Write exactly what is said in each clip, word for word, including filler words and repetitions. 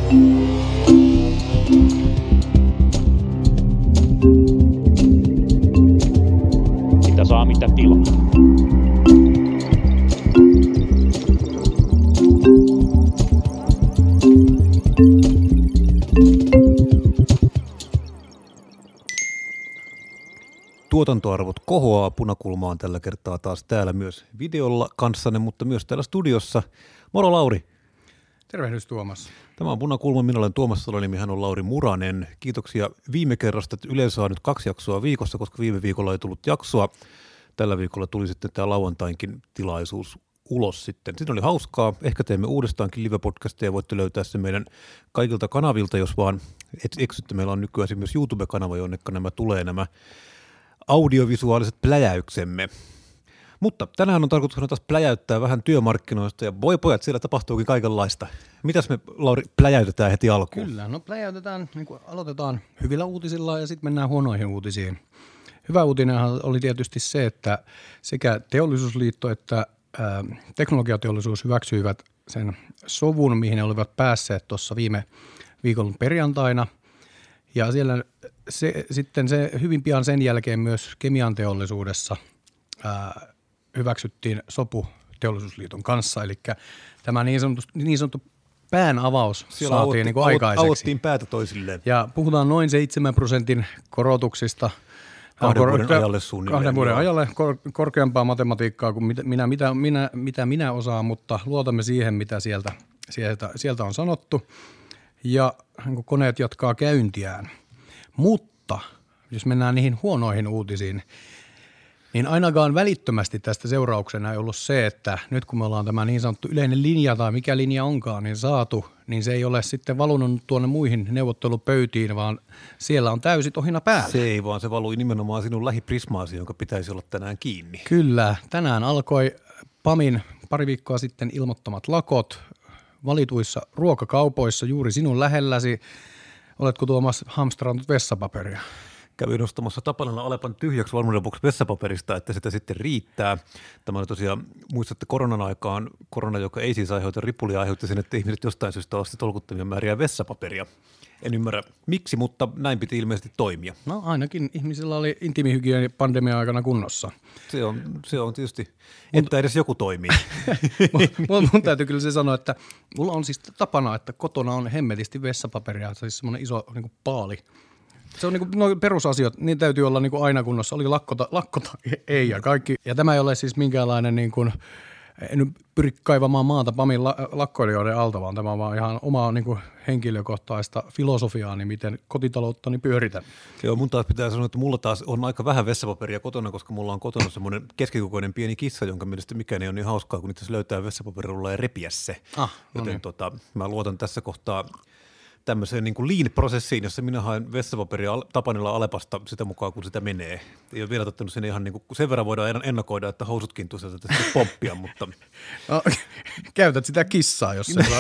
Mitä saa, mitä tilaa. Tuotantoarvot kohoaa, Punakulma on tällä kertaa taas täällä myös videolla kanssanne, mutta myös täällä studiossa. Moro Lauri. Tervehdys Tuomas. Tämä on Punakulma, minä olen Tuomas Salonimi, hän on Lauri Muranen. Kiitoksia viime kerrasta, että yleensä on nyt kaksi jaksoa viikossa, koska viime viikolla ei tullut jaksoa. Tällä viikolla tuli sitten tämä lauantainkin tilaisuus ulos sitten. Siinä oli hauskaa. Ehkä teemme uudestaankin live-podcasteja. Voitte löytää se meidän kaikilta kanavilta, jos vaan et eksytte. Meillä on nykyään myös YouTube-kanava, jonne nämä tulee nämä audiovisuaaliset pläjäyksemme. Mutta tänään on tarkoitus taas pläjäyttää vähän työmarkkinoista ja voi pojat, siellä tapahtuukin kaikenlaista. Mitäs me, Lauri, pläjäytetään heti alkuun? Kyllä, no pläjäytetään, niin kuin aloitetaan hyvillä uutisilla ja sitten mennään huonoihin uutisiin. Hyvä uutinenhan oli tietysti se, että sekä Teollisuusliitto että ää, teknologiateollisuus hyväksyivät sen sovun, mihin ne olivat päässeet tuossa viime viikon perjantaina. Ja siellä se, sitten se hyvin pian sen jälkeen myös kemian teollisuudessa ää, hyväksyttiin sopu Teollisuusliiton kanssa, eli tämä niin sanottu, niin sanottu pään avaus siellä saatiin avoitti, niin kuin aikaiseksi. Avottiin päätä toisilleen. Ja puhutaan noin seitsemän prosentin korotuksista. Kahden kor- vuoden ajalle suunnilleen. Kahden vuoden ajalle kor- korkeampaa matematiikkaa kuin mitä minä, mitä, minä, mitä minä osaan, mutta luotamme siihen, mitä sieltä, sieltä, sieltä on sanottu. Ja niin koneet jatkaa käyntiään. Mutta jos mennään niihin huonoihin uutisiin, niin ainakaan välittömästi tästä seurauksena ei ollut se, että nyt kun me ollaan tämä niin sanottu yleinen linja tai mikä linja onkaan niin saatu, niin se ei ole sitten valunut tuonne muihin neuvottelupöytiin, vaan siellä on täysi tohina päällä. Se ei, vaan se valui nimenomaan sinun lähiprismaasi, jonka pitäisi olla tänään kiinni. Kyllä, tänään alkoi PAMin pari viikkoa sitten ilmoittamat lakot valituissa ruokakaupoissa juuri sinun lähelläsi. Oletko Tuomas hamstrannut vessapaperia? Kävin nostamassa Tapanella Alepan tyhjäksi varmuuden vuoksi vessapaperista, että sitä sitten riittää. Tämä on tosiaan, muistatte koronan aikaan, korona, joka ei siis aiheuta ripulia, aiheutti sen, että ihmiset jostain syystä osti tolkuttomia määriä vessapaperia. En ymmärrä miksi, mutta näin piti ilmeisesti toimia. No ainakin ihmisillä oli intiimihygienia pandemian aikana kunnossa. Se on, se on tietysti, että edes joku toimii. mun, mun täytyy kyllä se sanoa, että mulla on siis tapana, että kotona on hemmetisti vessapaperia, siis semmoinen iso niin kuin paali. Se on niin kuin, no perusasiat, niin täytyy olla niin kuin aina kunnossa, oli lakkota, lakkota ei ja kaikki. Ja tämä ei ole siis minkäänlainen, niin kuin, en nyt pyri kaivamaan maata PAMin la, lakkoilijoiden alta, vaan tämä on vaan ihan omaa niin kuin henkilökohtaista filosofiaani, miten kotitalouttani pyöritän. Joo, mun taas pitää sanoa, että mulla taas on aika vähän vessapaperia kotona, koska mulla on kotona semmoinen keskikokoinen pieni kissa, jonka mielestä mikään ei ole niin hauskaa, kun itse löytää vessapaperilla ja repiä se. Ah, no Joten niin. tota, mä luotan tässä kohtaa tämmöiseen niin kuin lean-prosessiin, jossa minä haen vessapaperia Tapanilla Alepasta sitä mukaan, kun sitä menee. Ei ole vielä tottunut sinne ihan niin kuin, sen verran voidaan ennakoida, että housutkin tuossa tästä pomppia, mutta No, käytät sitä kissaa, jos se saa.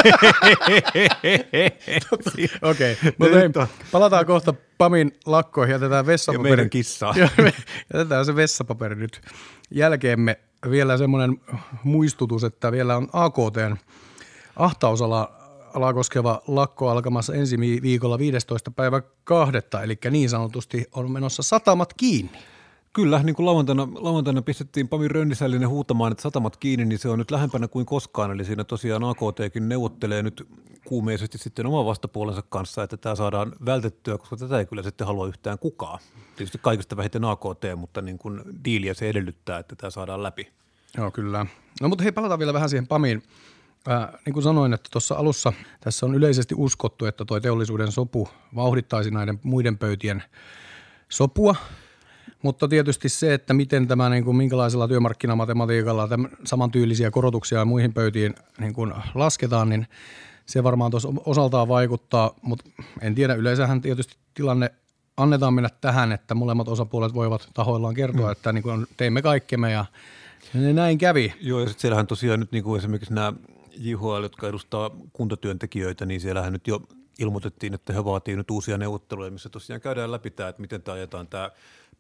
Okei, mutta hei, palataan kohta PAMin lakkoihin, jätetään vessapaperi. Ja meidän kissaa. Jätetään se vessapaperi nyt jälkeemme. Vielä semmoinen muistutus, että vielä on A K T:n ahtausala alaa koskeva lakko alkamassa ensi viikolla viidestoista päivä kahdetta, eli niin sanotusti on menossa satamat kiinni. Kyllä, niin kuin lauantaina, lauantaina pistettiin Pami Rönnisällinen huutamaan, että satamat kiinni, niin se on nyt lähempänä kuin koskaan, eli siinä tosiaan A K T:kin neuvottelee nyt kuumeisesti sitten oman vastapuolensa kanssa, että tämä saadaan vältettyä, koska tätä ei kyllä sitten halua yhtään kukaan. Tietysti kaikista vähiten A K T, mutta niin kuin diiliä se edellyttää, että tämä saadaan läpi. Joo, kyllä. No mutta hei, palataan vielä vähän siihen PAMiin. Äh, niin kuin sanoin, että tuossa alussa tässä on yleisesti uskottu, että tuo teollisuuden sopu vauhdittaisi näiden muiden pöytien sopua, mutta tietysti se, että miten tämä, niin kuin, minkälaisella työmarkkinamatematiikalla tämän samantyylisiä korotuksia muihin pöytiin niin kuin lasketaan, niin se varmaan tuossa osaltaan vaikuttaa, mutta en tiedä, yleensähän tietysti tilanne annetaan mennä tähän, että molemmat osapuolet voivat tahoillaan kertoa, mm. että niin kuin teimme kaikkemme ja näin kävi. Joo, ja sitten siellähän tosiaan nyt niin kuin esimerkiksi nämä J H L, jotka edustaa kuntatyöntekijöitä, niin siellähän nyt jo ilmoitettiin, että he vaatii nyt uusia neuvotteluja, missä tosiaan käydään läpi tämä, että miten tämä ajetaan tämä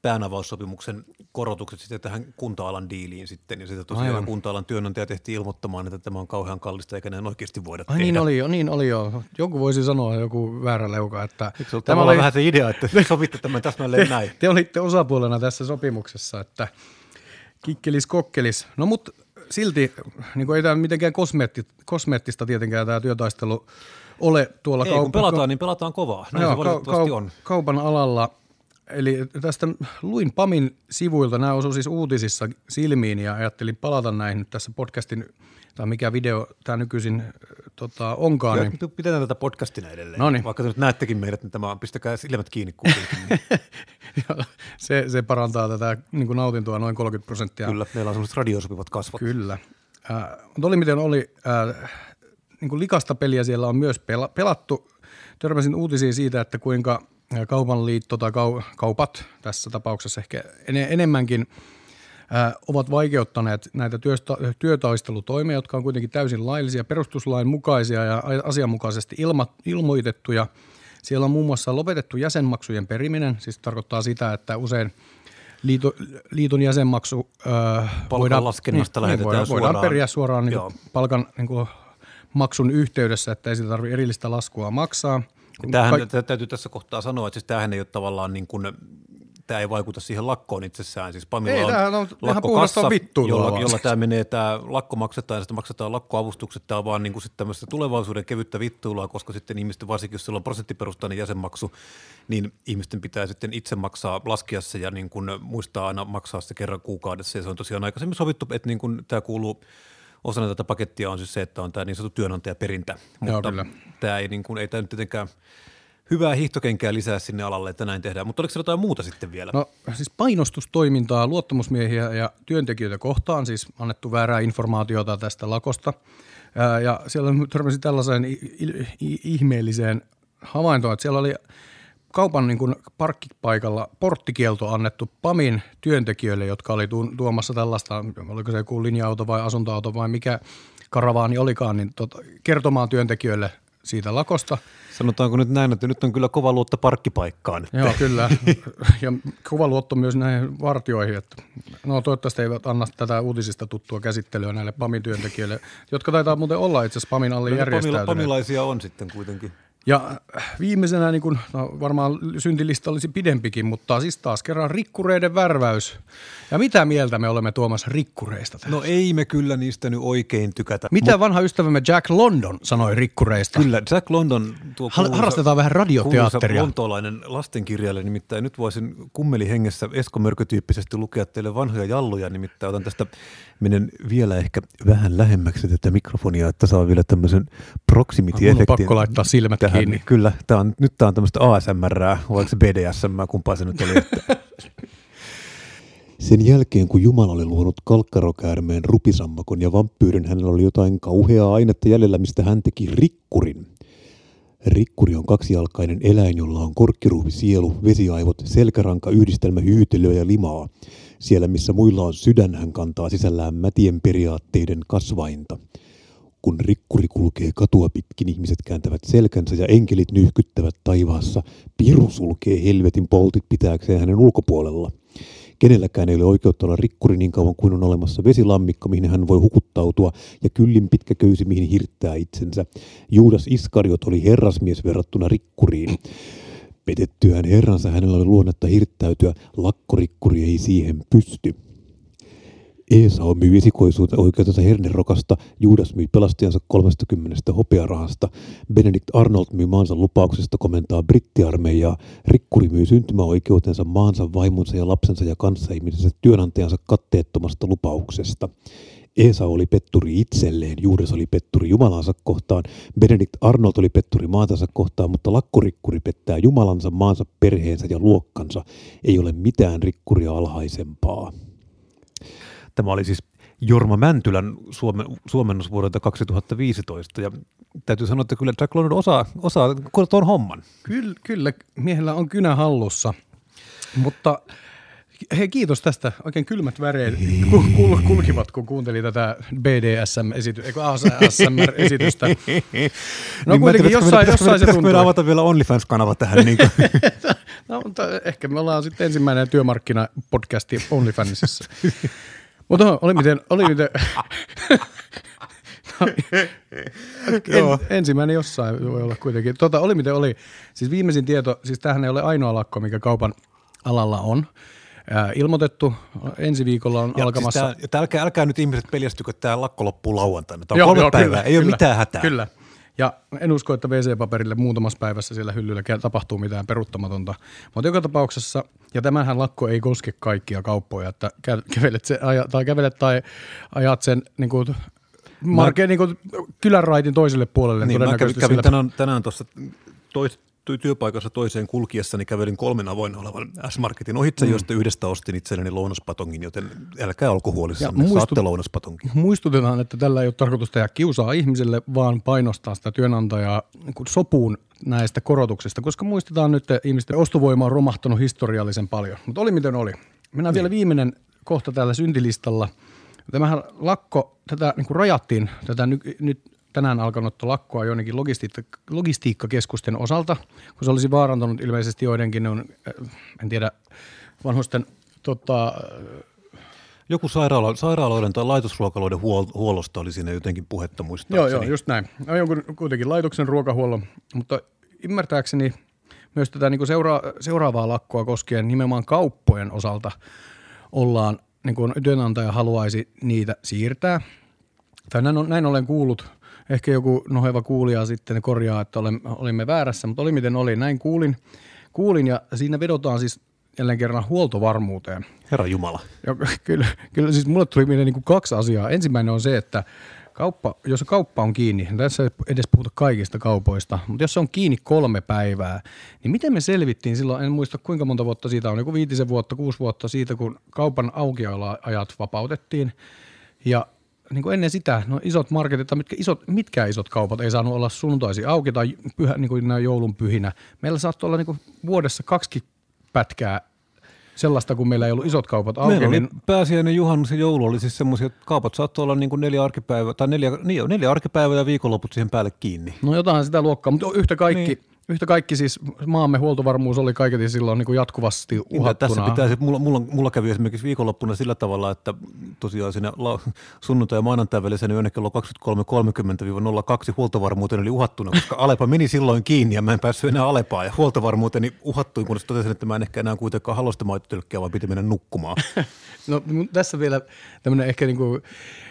päänavaussopimuksen korotukset sitten tähän kunta-alan diiliin sitten, ja sitten tosiaan Aivan. kunta-alan työnantaja tehtiin ilmoittamaan, että tämä on kauhean kallista, eikä näin oikeasti voida Ai tehdä. Niin oli jo, niin oli jo. Joku voisi sanoa, joku väärä leuka, että... Eikö tämä oli vähän se idea, että sovitte tämän täsmälleen näin? Te olitte osapuolena tässä sopimuksessa, että kikkelis kokkelis. No mutta silti, niin kuin ei tämä mitenkään kosmeetti, kosmeettista tietenkään tämä työtaistelu ole tuolla... Ei, kaup- kun pelataan, niin pelataan kovaa. Näin joo, se valitettavasti kau- on. Kaupan alalla. Eli tästä luin PAMin sivuilta, nämä osui siis uutisissa silmiin ja ajattelin palata näihin nyt tässä podcastin, tai mikä video tämä nykyisin tota, onkaan. Niin... Pidetään tätä podcastina edelleen. Noniin. Vaikka te nyt näettekin meidät, niin tämä on, pistäkää silmät kiinni kuitenkin. se, se parantaa tätä niin kuin nautintoa noin kolmekymmentä prosenttia. Kyllä, meillä on sellaiset radiosopivat kasvot. Kyllä. Äh, mutta oli miten oli, äh, niin kuin likasta peliä siellä on myös pela, pelattu. Törmäsin uutisiin siitä, että kuinka Kaupan liitto tai kaupat tässä tapauksessa ehkä enemmänkin ää, ovat vaikeuttaneet näitä työsta, työtaistelutoimia, jotka on kuitenkin täysin laillisia, perustuslain mukaisia ja asianmukaisesti ilma, ilmoitettuja. Siellä on muun muassa lopetettu jäsenmaksujen periminen, siis tarkoittaa sitä, että usein liito, liiton jäsenmaksu ää, voidaan, laskennasta niin, lähetetään voidaan, suoraan. voidaan periä suoraan niin kuin palkan niin kuin maksun yhteydessä, että ei sitä tarvitse erillistä laskua maksaa. Tämähän Kaik- täytyy tässä kohtaa sanoa, että siis tämähän ei ole tavallaan niin kuin, tämä ei vaikuta siihen lakkoon itsessään. Siis PAMilla ei, on, on lakkokassa, jolla, jolla tämä menee, tämä lakko maksetaan ja sitten maksetaan lakkoavustukset. Tämä on vaan niin kuin sitten tämmöistä tulevaisuuden kevyttä vittuilua, koska sitten ihmisten, varsinkin jos sillä on prosenttiperustainen jäsenmaksu, niin ihmisten pitää sitten itse maksaa, laskea se ja niin kuin muistaa aina maksaa se kerran kuukaudessa. Ja se on tosiaan aikaisemmin sovittu, että niin kuin tämä kuuluu. Osana tätä pakettia on siis se, että on tämä niin sanottu työnantajaperintä, mutta Joo, tämä ei, niin kuin, ei tämä nyt tietenkään hyvää hiihtokenkää lisää sinne alalle, että näin tehdään. Mutta oliko se jotain muuta sitten vielä? No siis painostustoimintaa luottamusmiehiä ja työntekijöitä kohtaan, siis annettu väärää informaatiota tästä lakosta. Ää, ja siellä törmäsi tällaiseen ihmeelliseen havaintoon, että siellä oli kaupan niin kuin parkkipaikalla porttikielto annettu PAMin työntekijöille, jotka oli tuomassa tällaista, oliko se joku linja-auto vai asuntoauto vai mikä karavaani olikaan, niin tota, kertomaan työntekijöille siitä lakosta. Sanotaanko nyt näin, että nyt on kyllä kova luotto parkkipaikkaan. Että. Joo, kyllä. Ja kova luotto myös näihin vartioihin. Että no toivottavasti eivät anna tätä uutisista tuttua käsittelyä näille PAMin työntekijöille, jotka taitaa muuten olla itse asiassa PAMin alle no, järjestäytyneet. Pamilaisia on sitten kuitenkin. Ja viimeisenä, niin kun, no varmaan syntilista olisi pidempikin, mutta siis taas kerran rikkureiden värväys. Ja mitä mieltä me olemme Tuomas rikkureista tässä? No ei me kyllä niistä nyt oikein tykätä. Mitä Mut, vanha ystävämme Jack London sanoi rikkureista? Kyllä, Jack London. Tuo kuuluisa, harrastetaan vähän radioteatteria. Lontoolainen lastenkirjailija, nimittäin nyt voisin kummelihengessä Esko Mörkö-tyyppisesti lukea teille vanhoja jalluja, nimittäin otan tästä, menen vielä ehkä vähän lähemmäksi tätä mikrofonia, että saa vielä tämmöisen proximity-efektin. On pakko laittaa silmät tähän, kiinni. Kyllä, tää on, nyt tämä on tämmöistä A S M R, vai oliko se B D S M, kumpaa se nyt oli. Että. Sen jälkeen, kun Jumala oli luonut kalkkarokäärmeen, rupisammakon ja vampyyrin, hänellä oli jotain kauheaa ainetta jäljellä, mistä hän teki rikkurin. Rikkuri on kaksijalkainen eläin, jolla on korkkiruuvi sielu, vesiaivot, selkäranka, yhdistelmä hyytelöä ja limaa. Siellä, missä muilla on sydän, hän kantaa sisällään mätien periaatteiden kasvainta. Kun rikkuri kulkee katua pitkin, ihmiset kääntävät selkänsä ja enkelit nyhkyttävät taivaassa. Piru sulkee helvetin poltit pitääkseen hänen ulkopuolella. Kenelläkään ei ole oikeutta olla rikkuri niin kauan kuin on olemassa vesilammikko, mihin hän voi hukuttautua, ja kyllin pitkä köysi, mihin hirttää itsensä. Juudas Iskariot oli herrasmies verrattuna rikkuriin. Petettyään herransa hänellä oli luonnetta hirttäytyä, lakkorikkuri ei siihen pysty. Esau myi esikoisuutta oikeutensa hernerokasta, Juudas myi pelastajansa kolmestakymmenestä hopearahasta, Benedict Arnold myi maansa lupauksesta komentaa brittiarmeijaa, rikkuri myi syntymäoikeutensa maansa, vaimonsa ja lapsensa ja kanssaihmisensä työnantajansa katteettomasta lupauksesta. Esau oli petturi itselleen, Juudas oli petturi Jumalansa kohtaan, Benedict Arnold oli petturi maatansa kohtaan, mutta lakkorikkuri pettää Jumalansa, maansa, perheensä ja luokkansa. Ei ole mitään rikkuria alhaisempaa. Tämä oli siis Jorma Mäntylän suomen, suomennos vuodelta kaksituhattaviisitoista, ja täytyy sanoa, että kyllä Jack London osaa, osaa tuon homman. Kyllä, kyllä, miehellä on kynä hallussa, mutta Hei, kiitos tästä. Oikein kylmät väreet kul- kulkivat, kun kuunteli tätä B D S M-esitystä, eikö A S M R-esitystä. No niin kuitenkin jossain, jossain se tuntuu. Meidän avata vielä OnlyFans-kanava tähän. Niin no, mutta ehkä me ollaan sitten ensimmäinen työmarkkinapodcasti OnlyFansissa. Mutta oli miten, oli miten. en, ensimmäinen jossain voi olla kuitenkin. Tota, oli miten oli. Siis viimeisin tieto, siis tämähän ei ole ainoa lakko, mikä kaupan alalla on. Ää, ilmoitettu, ensi viikolla on ja alkamassa. Siis tää, älkää, älkää nyt ihmiset peljästykö, että tämä lakko loppuu lauantaina. Tämä on joo, kolme joo, päivää, kyllä, ei kyllä, ole mitään hätää. Kyllä, ja en usko, että W C-paperille muutamassa päivässä siellä hyllyllä tapahtuu mitään peruuttamatonta. Mutta joka tapauksessa, ja tämähän lakko ei koske kaikkia kauppoja, että kävelet, se, aja, tai, kävelet tai ajat sen niin kuin, marke, niin kuin, kylän raitin toiselle puolelle. Niin, mä kävin, kävin tänään, tänään tuossa tois, työpaikassa toiseen kulkiessani kävelin kolmen avoinna olevan S-Marketin ohitse, mm. josta yhdestä ostin itselleni lounaspatongin, joten älkää olko huolissanne, muistut, saatte lounaspatongin. Muistutetaan, että tällä ei ole tarkoitus tehdä kiusaa ihmiselle, vaan painostaa sitä työnantajaa sopuun näistä korotuksista, koska muistetaan nyt, että ihmisten ostovoima on romahtanut historiallisen paljon. Mutta oli miten oli. Mennään niin. vielä viimeinen kohta täällä syntilistalla. Tämähän lakko, tätä niin kuin rajattiin, tätä nyt, nyt tänään alkanut lakkoa joidenkin logistiikka, logistiikkakeskusten osalta, kun se olisi vaarantanut ilmeisesti joidenkin, en tiedä, vanhusten tota, joku sairaala, sairaaloiden tai laitosruokaloiden huol, huollosta oli siinä jotenkin puhetta muistaakseni. Joo, joo, just näin. On jonkun kuitenkin laitoksen ruokahuollon, mutta ymmärtääkseni myös tätä niin kuin seura, seuraavaa lakkoa koskien nimenomaan kauppojen osalta ollaan, niin kuin työnantaja haluaisi niitä siirtää. Tai näin, on, näin olen kuullut. Ehkä joku noheva kuulija sitten korjaa, että olimme väärässä, mutta oli miten oli. Näin kuulin, kuulin ja siinä vedotaan siis jälleen kerran huoltovarmuuteen. Herra Jumala. Ja, kyllä, kyllä siis mulle tuli mieleen niin kuin kaksi asiaa. Ensimmäinen on se, että kauppa, jos kauppa on kiinni, tässä ei edes puhuta kaikista kaupoista, mutta jos se on kiinni kolme päivää, niin miten me selvittiin silloin, en muista kuinka monta vuotta siitä on, joku viitisen vuotta, kuusi vuotta siitä, kun kaupan aukioloajat vapautettiin ja niin kuin ennen sitä, no isot marketit, mitkä isot, mitkään isot kaupat ei saanut olla sunnuntaisin auki tai pyhä, niin kuin nämä joulun pyhinä. Meillä saattoi olla niin kuin vuodessa kaksikin pätkää sellaista, kun meillä ei ollut isot kaupat auki. Meillä oli niin pääsiäinen, juhannus ja joulu oli siis semmoisia, että kaupat saattoi olla niin kuin neljä arkipäivää, tai neljä, niin, neljä arkipäivää ja viikonloput siihen päälle kiinni. No jotain sitä luokkaa, mutta yhtä kaikki, niin. Yhtä kaikki siis maamme huoltovarmuus oli kaiketi silloin niin kuin jatkuvasti uhattuna. Ja tässä pitäisi, mulla, mulla, mulla kävi esimerkiksi viikonloppuna sillä tavalla, että tosiaan siinä sunnuntai- ja maanantai välisenä yönä kello kaksikymmentäkolme kolmekymmentä nolla kaksi huoltovarmuuteni oli uhattuna, koska Alepa meni silloin kiinni ja mä en päässyt enää Alepaan. Ja huoltovarmuuteni uhattuin, kunnes totesin, että mä en ehkä enää kuitenkaan halosta maitotölkkiä, vaan piti mennä nukkumaan. No tässä vielä tämmöinen ehkä niin kuin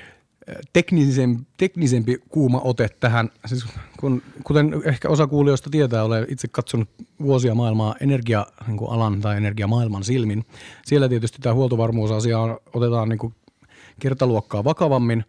Teknisen, teknisempi kuuma ote tähän, siis kun, kuten ehkä osa kuulijoista tietää, olen itse katsonut vuosia maailmaa energia-alan tai energiamaailman silmin. Siellä tietysti tämä huoltovarmuusasia on, otetaan niin kuin kertaluokkaa vakavammin.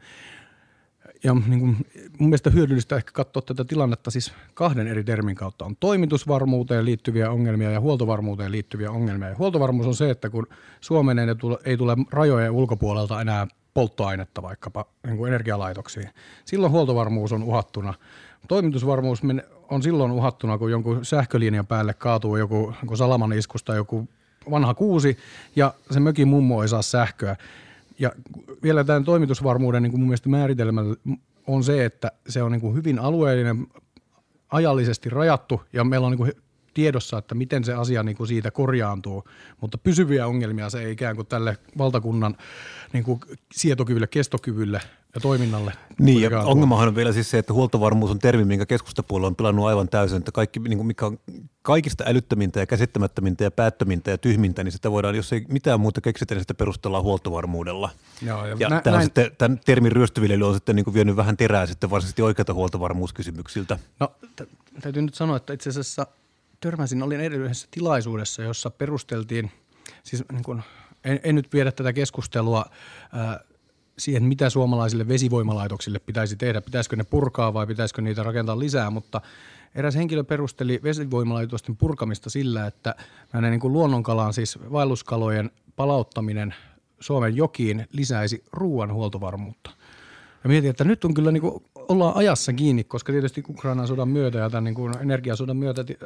Ja niin kuin, mun mielestä hyödyllistä ehkä katsoa tätä tilannetta siis kahden eri termin kautta. On toimitusvarmuuteen liittyviä ongelmia ja huoltovarmuuteen liittyviä ongelmia. Ja huoltovarmuus on se, että kun Suomeen ei tule, ei tule rajojen ulkopuolelta enää polttoainetta vaikkapa niin kuin energialaitoksiin. Silloin huoltovarmuus on uhattuna. Toimitusvarmuus on silloin uhattuna, kun jonkun sähkölinjan päälle kaatuu joku, joku salaman iskusta joku vanha kuusi ja se mökin mummo ei saa sähköä. Ja vielä tämän toimitusvarmuuden niin kuin mun mielestä määritelmä on se, että se on niin kuin hyvin alueellinen, ajallisesti rajattu ja meillä on niin kuin tiedossa, että miten se asia niin kuin siitä korjaantuu, mutta pysyviä ongelmia se ei ikään kuin tälle valtakunnan niin kuin sietokyvylle, kestokyvylle ja toiminnalle. Niin ja ongelmahan on vielä siis se, että huoltovarmuus on termi, minkä keskustapuolella on pilannut aivan täysin, että kaikki, niin kuin mikä on kaikista älyttömintä ja käsittämättömintä ja päättömintä ja tyhmintä, niin sitä voidaan, jos ei mitään muuta keksitä, niin sitä perustellaan huoltovarmuudella. Joo, ja ja nä- tämä on sitten, tämän termin ryöstöviljely on sitten niin kuin vienyt vähän terää sitten varsinaisesti oikeita huoltovarmuuskysymyksiltä. No t- täytyy nyt sanoa, että itse asiassa törmäsin, olin edellisessä tilaisuudessa, jossa perusteltiin, siis niin kuin, en, en nyt viedä tätä keskustelua ää, siihen, mitä suomalaisille vesivoimalaitoksille pitäisi tehdä, pitäisikö ne purkaa vai pitäisikö niitä rakentaa lisää, mutta eräs henkilö perusteli vesivoimalaitosten purkamista sillä, että näiden niin kuin luonnonkalan, siis vaelluskalojen palauttaminen Suomen jokiin lisäisi ruoan huoltovarmuutta. Ja mietin, että nyt on kyllä niin kuin, ollaan ajassa kiinni, koska tietysti Ukrainan sodan myötä ja tämän niin kuin energiasodan myötä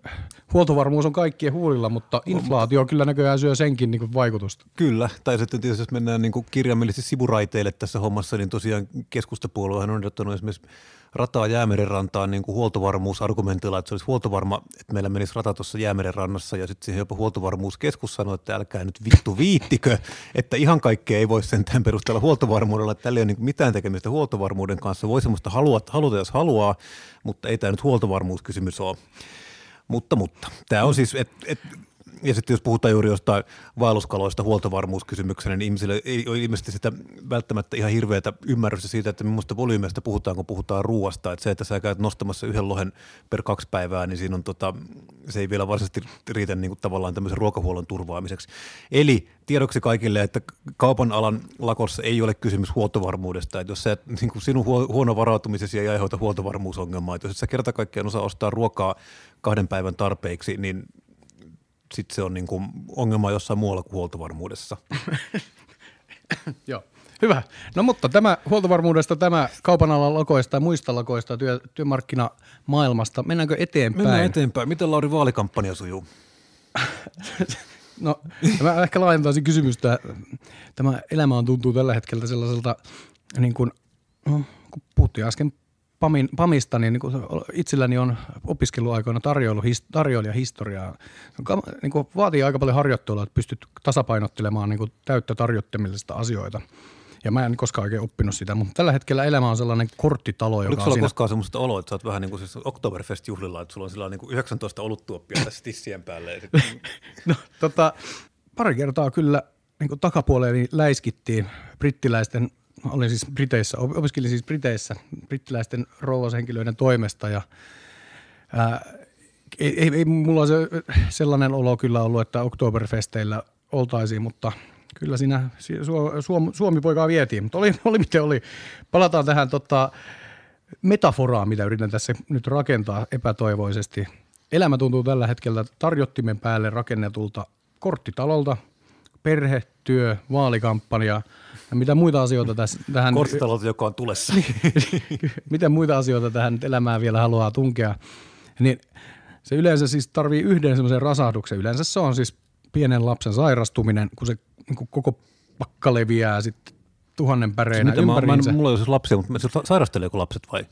huoltovarmuus on kaikkien huulilla, mutta inflaatio kyllä näköjään syö senkin niin kuin vaikutusta. Kyllä, tai sitten tietysti jos mennään niin kuin kirjaimellisesti sivuraiteille tässä hommassa, niin tosiaan keskustapuoluehan on ehdottanut esimerkiksi rataa Jäämeren rantaan niin kuin huoltovarmuusargumentilla, että se olisi huoltovarma, että meillä menisi rata tuossa Jäämeren rannassa ja sitten siihen jopa huoltovarmuuskeskus sanoi, että älkää nyt vittu viittikö, että ihan kaikkea ei voi sentään perustella huoltovarmuudella, että tällä ei ole niin kuin mitään tekemistä huoltovarmuuden kanssa, voi semmoista halua, haluta jos haluaa, mutta ei tämä nyt huoltovarmuuskysymys ole. Mutta, mutta. Tämä on siis, et, et, ja sitten jos puhutaan juuri jostain vaelluskaloista huoltovarmuuskysymyksenä, niin ihmisille ei ole ilmeisesti sitä välttämättä ihan hirveätä ymmärrystä siitä, että millaista volyymeista puhutaan, kun puhutaan ruuasta. Että se, että sä käyt nostamassa yhden lohen per kaksi päivää, niin siinä on tota, se ei vielä varsinaisesti riitä niin kuin tavallaan tämmöisen ruokahuollon turvaamiseksi. Eli tiedoksi kaikille, että kaupan alan lakossa ei ole kysymys huoltovarmuudesta. Että jos sä, niin kuin sinun huono varautumisesi ei aiheuta huoltovarmuusongelmaa, että jos et sä kerta kaikkiaan osaa ostaa ruokaa kahden päivän tarpeiksi, niin sitten se on niin kuin ongelma jossain muualla kuin huoltovarmuudessa. Joo, hyvä. No mutta tämä huoltovarmuudesta, tämä kaupan alan lakoista ja muista lakoista työ, työmarkkinamaailmasta. Mennäänkö eteenpäin? Mennään eteenpäin. Miten Lauri vaalikampanja sujuu? No mä ehkä laajentaisin kysymystä. Tämä elämä on tuntuu tällä hetkellä sellaiselta, niin kuin, kun puhuttiin äsken Pamin, Pamista, niin, niin kuin itselläni on opiskeluaikoina tarjoilu, his, tarjoilijahistoriaa. Niin kuin vaatii aika paljon harjoittelua, että pystyt tasapainottelemaan niin kuin täyttä tarjottimellista asioita. Ja mä en koskaan oikein oppinut sitä, mutta tällä hetkellä elämä on sellainen korttitalo, joka Oliko on sulla siinä... koskaan semmoista oloa, että sä oot vähän niin kuin siis Oktoberfest-juhlilla, että sulla on sillä niin kuin yhdeksäntoista oluttuoppia tässä tissien päälle? Sit... no tota, pari kertaa kyllä niin kuin takapuoleeni läiskittiin brittiläisten, olin siis Briteissä, opiskelin siis Briteissä brittiläisten rouvashenkilöiden toimesta ja ää, ei, ei, ei mulla se, sellainen olo kyllä ollut, että Oktoberfesteillä oltaisiin, mutta kyllä siinä Suomi, Suomi poikaa vietiin, mutta oli, oli miten oli. Palataan tähän tota, metaforaan, mitä yritän tässä nyt rakentaa epätoivoisesti. Elämä tuntuu tällä hetkellä tarjottimen päälle rakennetulta korttitalolta, perhe, työ, vaalikampanja ja mitä muita asioita tässä, tähän... Korttitalolta, joka on tulessa. Miten muita asioita tähän elämään vielä haluaa tunkea, niin se yleensä siis tarvii yhden semmoisen rasahduksen. Yleensä se on siis pienen lapsen sairastuminen, kun se niin kuin koko pakka leviää sitten tuhannen päreinä siis ympäriinsä. Mulla ei ole siis lapsia, mutta sairasteleeko lapset vai?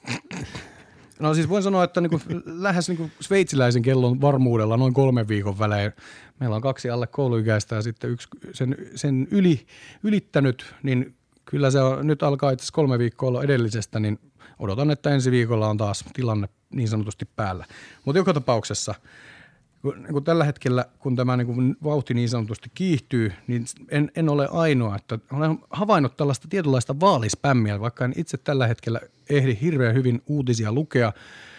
No siis voin sanoa, että niinku lähes niinku sveitsiläisen kellon varmuudella noin kolmen viikon välein. Meillä on kaksi alle kouluikäistä ja sitten yksi sen, sen yli, ylittänyt, niin kyllä se on, nyt alkaa itse asiassa kolme viikkoa olla edellisestä, niin odotan, että ensi viikolla on taas tilanne niin sanotusti päällä. Mutta joka tapauksessa, kun, kun tällä hetkellä, kun tämä niin kuin vauhti niin sanotusti kiihtyy, niin en, en ole ainoa, että olen havainnut tällaista tietynlaista vaalispämmiä, vaikka en itse tällä hetkellä ehdi hirveän hyvin uutisia lukea,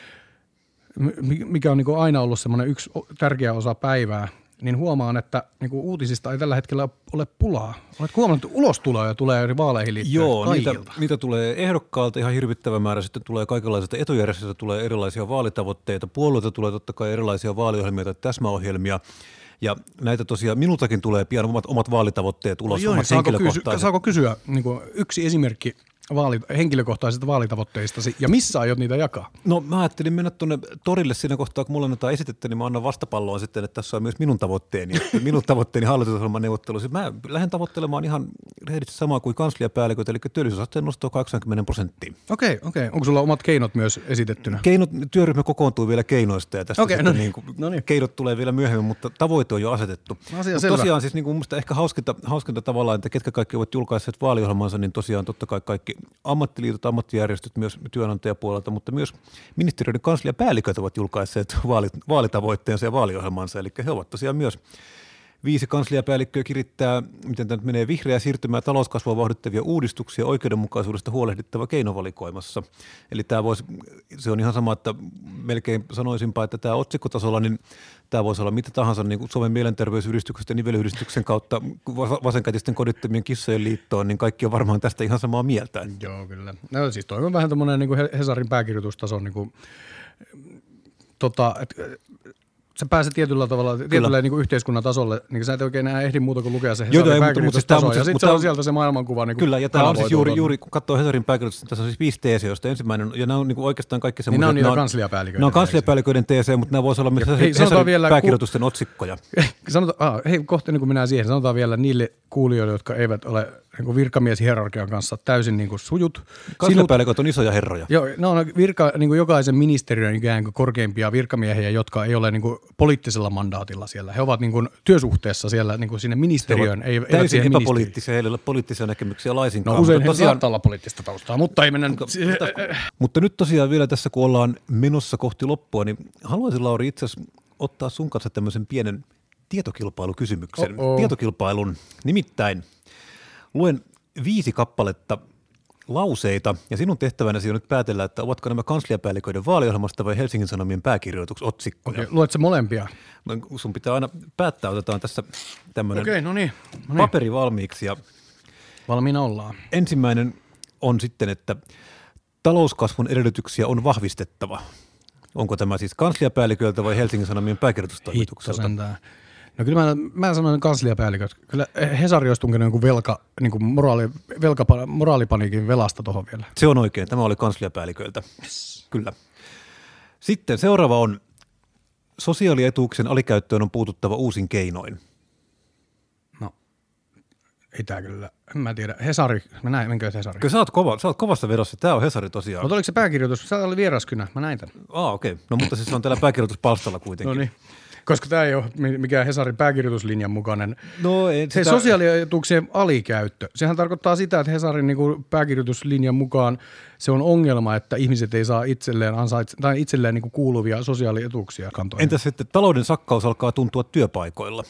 mikä on niin kuin aina ollut semmoinen yksi tärkeä osa päivää, niin huomaan, että niin kuin uutisista ei tällä hetkellä ole pulaa. Oletko huomannut, että ulostuloja tulee eri vaaleihin liittyen Joo, niitä, niitä tulee ehdokkaalta ihan hirvittävä määrä, sitten tulee kaikenlaisista etujärjestöistä, tulee erilaisia vaalitavoitteita, puolueita tulee totta kai erilaisia vaaliohjelmia tai täsmäohjelmia. Ja näitä tosiaan, minultakin tulee pian omat, omat vaalitavoitteet ulos, no joo, omat saako henkilökohtaiset. Kysy, saako kysyä niin kuin yksi esimerkki vaali, henkilökohtaisista vaalitavoitteistasi ja missä aiot niitä jakaa? No mä ajattelin mennä tuonne torille siinä kohtaa, kun mulla annetaan esitettä, niin mä annan vastapalloa sitten, että tässä on myös minun tavoitteeni. Minun tavoitteeni hallitusohjelman neuvottelussa. Mä lähden tavoittelemaan ihan rehellisesti samaa kuin kansliapäälliköt, eli työllisyysasteen nostoa kahdeksankymmentä prosenttia. Okei, okay, okei. Okay. Onko sulla omat keinot myös esitettynä? Keinot, työryhmä kokoontuu vielä keinoista ja tästä okay, no niin, niin kuin, no niin. keinot tulee vielä myöhemmin, mutta tavoite on jo asetettu. Asia selvä. Tosiaan siis niin kuin mun mielestä ehkä hauskinta, hauskinta tavallaan, että ketkä kaikki ovat julkaisseet vaaliohjelmansa, niin tosiaan totta kai kaikki ammattiliitot, ammattijärjestöt myös työnantajapuolelta, mutta myös ministeriöiden kansliapäälliköt ovat julkaisseet vaalitavoitteensa ja vaaliohjelmansa, eli he ovat tosiaan myös viisi kansliapäällikköä kirittää, miten tämä nyt menee, vihreää siirtymää, talouskasvua vauhdittavia uudistuksia, oikeudenmukaisuudesta huolehdittava keinovalikoimassa. Eli tämä voisi, se on ihan sama, että melkein sanoisinpa, että tämä otsikkotasolla, niin tämä voisi olla mitä tahansa niin kuin Suomen mielenterveysyhdistyksestä ja nivelyyhdistyksen kautta vasenkätisten kodittomien kissojen liittoon, niin kaikki on varmaan tästä ihan samaa mieltä. Joo, kyllä. No siis toi on vähän tämmöinen niin kuin Hesarin pääkirjoitustason niin kuin, tota, et, sä pääset tietyllä tavalla, tietyllä niin kuin yhteiskunnan tasolle, niin sä et oikein enää ehdi muuta kuin lukea se Hesarin pääkirjoitustaso, ja sitten se on sieltä se maailmankuva. Niin kyllä, ja tämä on siis juuri, juuri, kun katsoo Hesarin pääkirjoitusta, tässä on siis viisi teesiä, joista ensimmäinen, ja nämä on niin kuin oikeastaan kaikki semmoisia. Niin nämä on niitä kansliapäälliköiden. Nämä on kansliapäälliköiden teesejä, mutta nämä voisivat olla myös hei, Hesarin vielä, pääkirjoitusten ku... otsikkoja. Sanotaan, ah, hei, kohta niin kuin mennään siihen, sanotaan vielä niille kuulijoille, jotka eivät ole niin virkamieshierarkian kanssa täysin niin kuin sujut. Kansliapäälliköt on isoja herroja. Joo, ne on virka, niin kuin jokaisen ministeriön ikään kuin korkeimpia virkamiehiä, jotka ei ole niin kuin poliittisella mandaatilla siellä. He ovat niin kuin työsuhteessa siellä niin kuin sinne ministeriöön. Ei, täysin epäpoliittisia, heillä ei ole poliittisia näkemyksiä laisinkaan. No usein he tosiaan... saattaa olla poliittista taustaa, mutta ei mennä... Mutta, mutta, mutta nyt tosiaan vielä tässä, kun ollaan menossa kohti loppua, niin haluaisin, Lauri, itse asiassa ottaa sun kanssa tämmöisen pienen tietokilpailukysymyksen. Oh-oh. Tietokilpailun nimittäin luen viisi kappaletta lauseita, ja sinun tehtävänäsi on nyt päätellä, että ovatko nämä kansliapäälliköiden vaaliohjelmasta vai Helsingin Sanomien pääkirjoituksotsikkoja. Okay, luet sä molempia? No, sun pitää aina päättää, otetaan tässä tämmöinen okay, no niin, no niin. paperi valmiiksi. Ja valmiina ollaan. Ensimmäinen on sitten, että talouskasvun edellytyksiä on vahvistettava. Onko tämä siis kansliapäälliköiltä vai Helsingin Sanomien pääkirjoitustoimitukselta? No kyllä mä, mä sanoin kansliapäälliköt. Kyllä Hesari olisi tunkenut jonkun velka, niin kuin moraali, velka, moraalipaniikin velasta tuohon vielä. Se on oikein. Tämä oli kansliapäälliköiltä. Yes. Kyllä. Sitten seuraava on sosiaalietuuksien alikäyttöön on puututtava uusin keinoin. No, ei tää kyllä. En mä tiedä. Hesari. Mä näin, menkö Hesari? Kyllä sä oot, kova, sä oot kovassa vedossa. Tää on Hesari tosiaan. Mutta oliko se pääkirjoitus? Sä oli vieraskynä. Mä näin tän. Aa, okei. Okay. No mutta siis se on täällä pääkirjoituspalstalla kuitenkin. No niin. Koska tämä ei ole mikään Hesarin pääkirjoituslinjan mukainen. No, ei, se sitä... sosiaalietuuksien alikäyttö. Sehän tarkoittaa sitä, että Hesarin niin kuin pääkirjoituslinjan mukaan se on ongelma, että ihmiset ei saa itselleen, ansaitse, tai itselleen niin kuin kuuluvia sosiaalietuuksia kantoja. Entäs sitten talouden sakkaus alkaa tuntua työpaikoilla?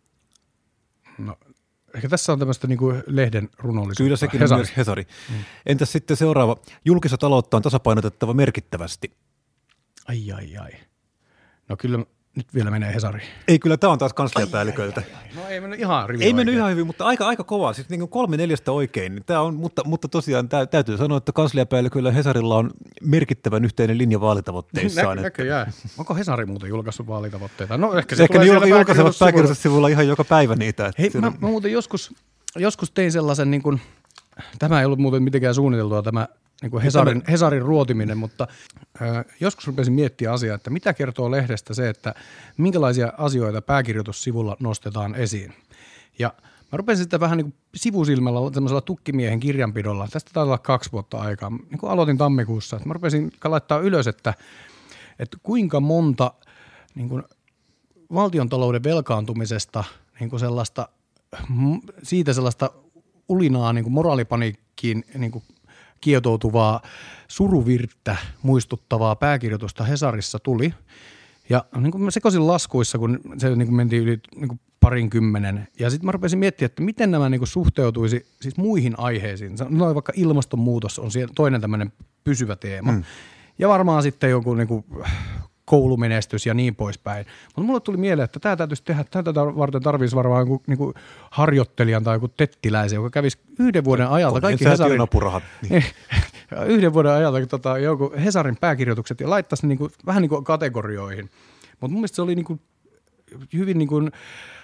No, ehkä tässä on tämmöistä niin kuin lehden runollisuutta. Kyllä sekin Hesari. On myös Hesari. Mm. Entäs sitten seuraava? Julkista taloutta on tasapainotettava merkittävästi. Ai, ai, ai. No kyllä... Nyt vielä menee Hesari. Ei, kyllä tämä on taas kansliapäälliköiltä. No ei mennyt ihan rivin Ei mennyt ihan hyvin, mutta aika, aika kovaa. Siis niin kuin kolme neljästä oikein. Niin tämä on, mutta, mutta tosiaan tämä, täytyy sanoa, että kansliapäälliköillä Hesarilla on merkittävän yhteinen linja vaalitavoitteissaan. Nä, näköjään. Onko Hesari muuten julkaissut vaalitavoitteita? No ehkä se ehkä tulee ne julkaisevat pääkirjoitussivuilla ihan joka päivä niitä. Hei, mä, mä muuten joskus, joskus tein sellaisen, niin kuin, tämä ei ollut muuten mitenkään suunniteltua tämä niin kuin Hesarin, Hesarin ruotiminen, mutta ö, joskus rupesin miettiä asiaa, että mitä kertoo lehdestä se, että minkälaisia asioita pääkirjoitussivulla nostetaan esiin. Ja mä rupesin sitten vähän niin kuin sivusilmällä semmoisella tukkimiehen kirjanpidolla, tästä taitaa olla kaksi vuotta aikaa, niin kuin aloitin tammikuussa, että mä rupesin laittaa ylös, että, että kuinka monta niin kuin valtiontalouden velkaantumisesta niin kuin sellaista, siitä sellaista ulinaa niin kuin moraalipaniikkiin niin kuin kietoutuvaa suruvirttä muistuttavaa pääkirjoitusta Hesarissa tuli. Ja niin kuin mä sekoisin laskuissa, kun se niin kuin mentiin yli niin kuin parin kymmenen. Ja sitten mä rupesin miettimään, että miten nämä niin kuin suhteutuisi siis muihin aiheisiin. No vaikka ilmastonmuutos on toinen tämmöinen pysyvä teema. Mm. Ja varmaan sitten joku niin kuin koulumenestys ja niin poispäin. Mutta mulle tuli mieleen, että tämä täytyisi tehdä, tätä varten tarvitsisi varmaan joku niin kuin harjoittelijan tai joku tettiläisen, joka kävisi yhden vuoden ajalta kaikki Hesarin, niin. yhden vuoden ajalta tota, joku Hesarin pääkirjoitukset ja laittaisi ne niin kuin, vähän niin kuin kategorioihin. Mutta mun mielestä se oli niin kuin, hyvin niin kuin,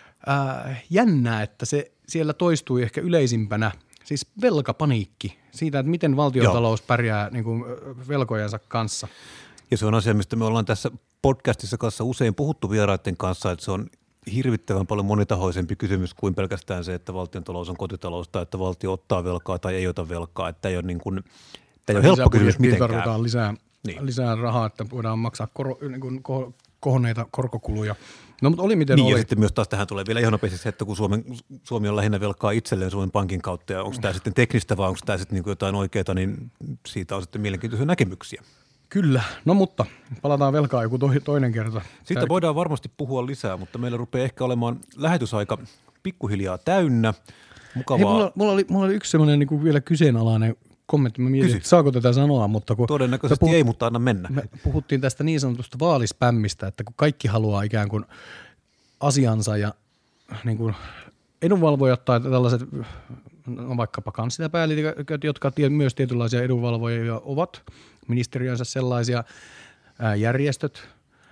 äh, jännää, että se siellä toistui ehkä yleisimpänä, siis velkapaniikki siitä, että miten valtiontalous Joo. pärjää niin kuin velkojensa kanssa. Ja se on asia, mistä me ollaan tässä podcastissa kanssa usein puhuttu vieraiden kanssa, että se on hirvittävän paljon monitahoisempi kysymys kuin pelkästään se, että valtiontalous on kotitalous tai että valtio ottaa velkaa tai ei ota velkaa. Että tämä ei ole, niin kuin, tämä ei ole helppo kysymys mitenkään. Tarvitaan lisää, niin. lisää rahaa, että voidaan maksaa kor, niin kuin kohonneita korkokuluja. No, mutta oli miten niin, oli. Ja sitten myös taas tähän tulee vielä ihan nopeasti se, että kun Suomen, Suomi on lähinnä velkaa itselleen Suomen pankin kautta ja onko tämä sitten teknistä vai onko tämä sitten niin kuin jotain oikeaa, niin siitä on sitten mielenkiintoisia näkemyksiä. Kyllä, no mutta palataan velkaa joku toinen kerta. Siitä Tää... voidaan varmasti puhua lisää, mutta meillä rupeaa ehkä olemaan lähetysaika pikkuhiljaa täynnä. Mukavaa. Hei, mulla, mulla, oli, mulla oli yksi semmoinen niin kuin vielä kyseenalainen kommentti. Mä mietin, että saako tätä sanoa, mutta kun... Todennäköisesti puhut, ei, mutta anna mennä. Me puhuttiin tästä niin sanotusta vaalispämmistä, että kun kaikki haluaa ikään kuin asiansa ja niin kuin edunvalvojat tai tällaiset, no vaikkapa kansliapäälliköt, jotka tie, myös tietynlaisia edunvalvojia ovat, ministeriönsä sellaisia, ää, järjestöt,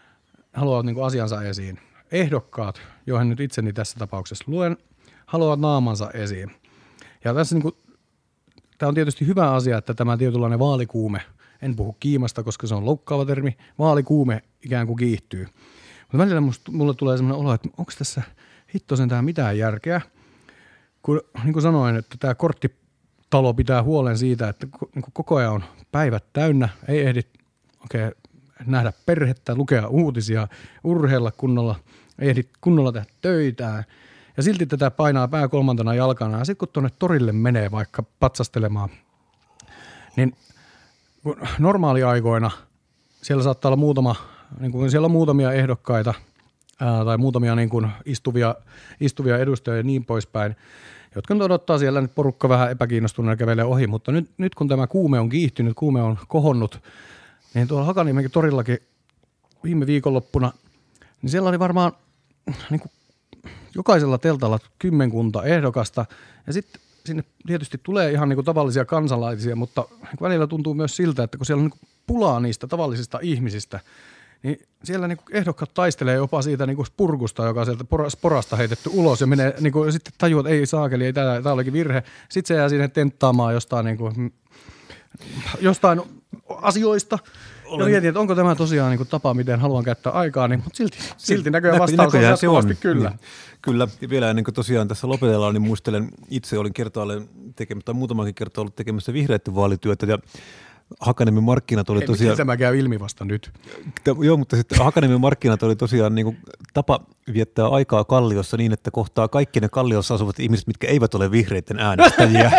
haluavat niin kuin asiansa esiin. Ehdokkaat, joihin nyt itseni tässä tapauksessa luen, haluavat naamansa esiin. Ja tässä niin kuin, tämä on tietysti hyvä asia, että tämä tietynlainen vaalikuume, en puhu kiimasta, koska se on loukkaava termi, vaalikuume ikään kuin kiihtyy. Mutta välillä musta, mulle tulee sellainen olo, että onko tässä hittosen tähän mitään järkeä, kun niin kuin sanoin, että tämä korttitalo pitää huolen siitä, että niin kuin koko ajan on päivät täynnä, ei ehdi okay, nähdä perhettä, lukea uutisia, urheilla kunnolla, ei ehdi kunnolla tehdä töitään. Ja silti tätä painaa pää kolmantena jalkana. Ja sitten kun tuonne torille menee vaikka patsastelemaan, niin normaaliaikoina siellä saattaa olla muutama, niin kuin siellä on muutamia ehdokkaita ää, tai muutamia niin kuin istuvia, istuvia edustajia ja niin poispäin, jotka nyt odottaa siellä nyt porukka vähän epäkiinnostuneena kävelee ohi. Mutta nyt, nyt kun tämä kuume on kiihtynyt, kuume on kohonnut, niin tuolla Hakaniemenkin torillakin viime viikonloppuna, niin siellä oli varmaan niin kuin jokaisella teltalla kymmenkunta ehdokasta ja sitten sinne tietysti tulee ihan niin kuin tavallisia kansalaisia, mutta välillä tuntuu myös siltä, että kun siellä on niin kuin pulaa niistä tavallisista ihmisistä, niin siellä niin kuin ehdokkaat taistelee jopa siitä niin kuin spurgusta, joka on sieltä sporasta heitetty ulos ja menee niin kuin, ja sitten tajuu, että ei saakeli, ei tämä, tämä olikin virhe. Sitten se jää sinne tenttaamaan jostain, niin kuin, jostain asioista. Ja mietin, että onko tämä tosiaan niin kuin tapa, miten haluan käyttää aikaa, niin, mutta silti, silti näköjään vastaus on jatkuvasti kyllä. Niin. Kyllä, ja vielä ennen kuin tosiaan tässä lopetellaan, niin muistelen, itse olin kertaalleen tekemässä, tai muutamankin kertaa ollut tekemässä vihreiden vaalityötä, ja Hakaniemen markkinat oli tosiaan... Ei, tämä käy ilmi vasta nyt. Joo, mutta sitten Hakaniemen markkinat oli tosiaan niin kuin tapa viettää aikaa Kalliossa niin, että kohtaa kaikki ne Kalliossa asuvat ihmiset, mitkä eivät ole vihreiden äänestäjiä.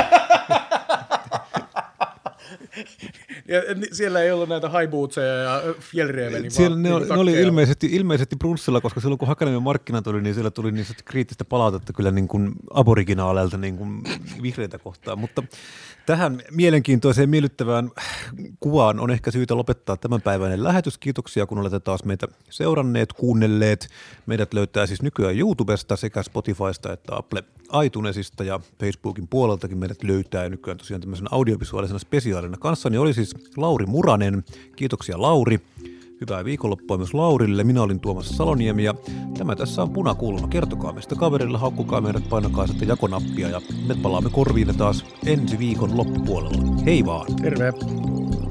Ja siellä ei ollut näitä haibuutseja ja fjällrävenin. Siellä ne, ne oli ilmeisesti, ilmeisesti brunssilla, koska silloin kun Hakaniemen markkinat oli, niin siellä tuli niin kriittistä palautetta kyllä niin kuin aboriginaaleilta niin kuin vihreitä kohtaan. Mutta tähän mielenkiintoiseen miellyttävään kuvaan on ehkä syytä lopettaa tämänpäiväinen lähetys. Kiitoksia, kun olette taas meitä seuranneet, kuunnelleet. Meidät löytää siis nykyään YouTubesta sekä Spotifysta että Apple iTunesista ja Facebookin puoleltakin meidät löytää nykyään tosiaan tämmöisenä audiovisuaalisena spesiaalina. Kanssani oli siis Lauri Muranen. Kiitoksia Lauri. Hyvää viikonloppua myös Laurille. Minä olin Tuomas Saloniemi ja tämä tässä on Punakulma. Kertokaa meistä kaverille, haukkukaa meidät, painakaa sitten jakonappia ja me palaamme korviin taas ensi viikon loppupuolella. Hei vaan! Terve!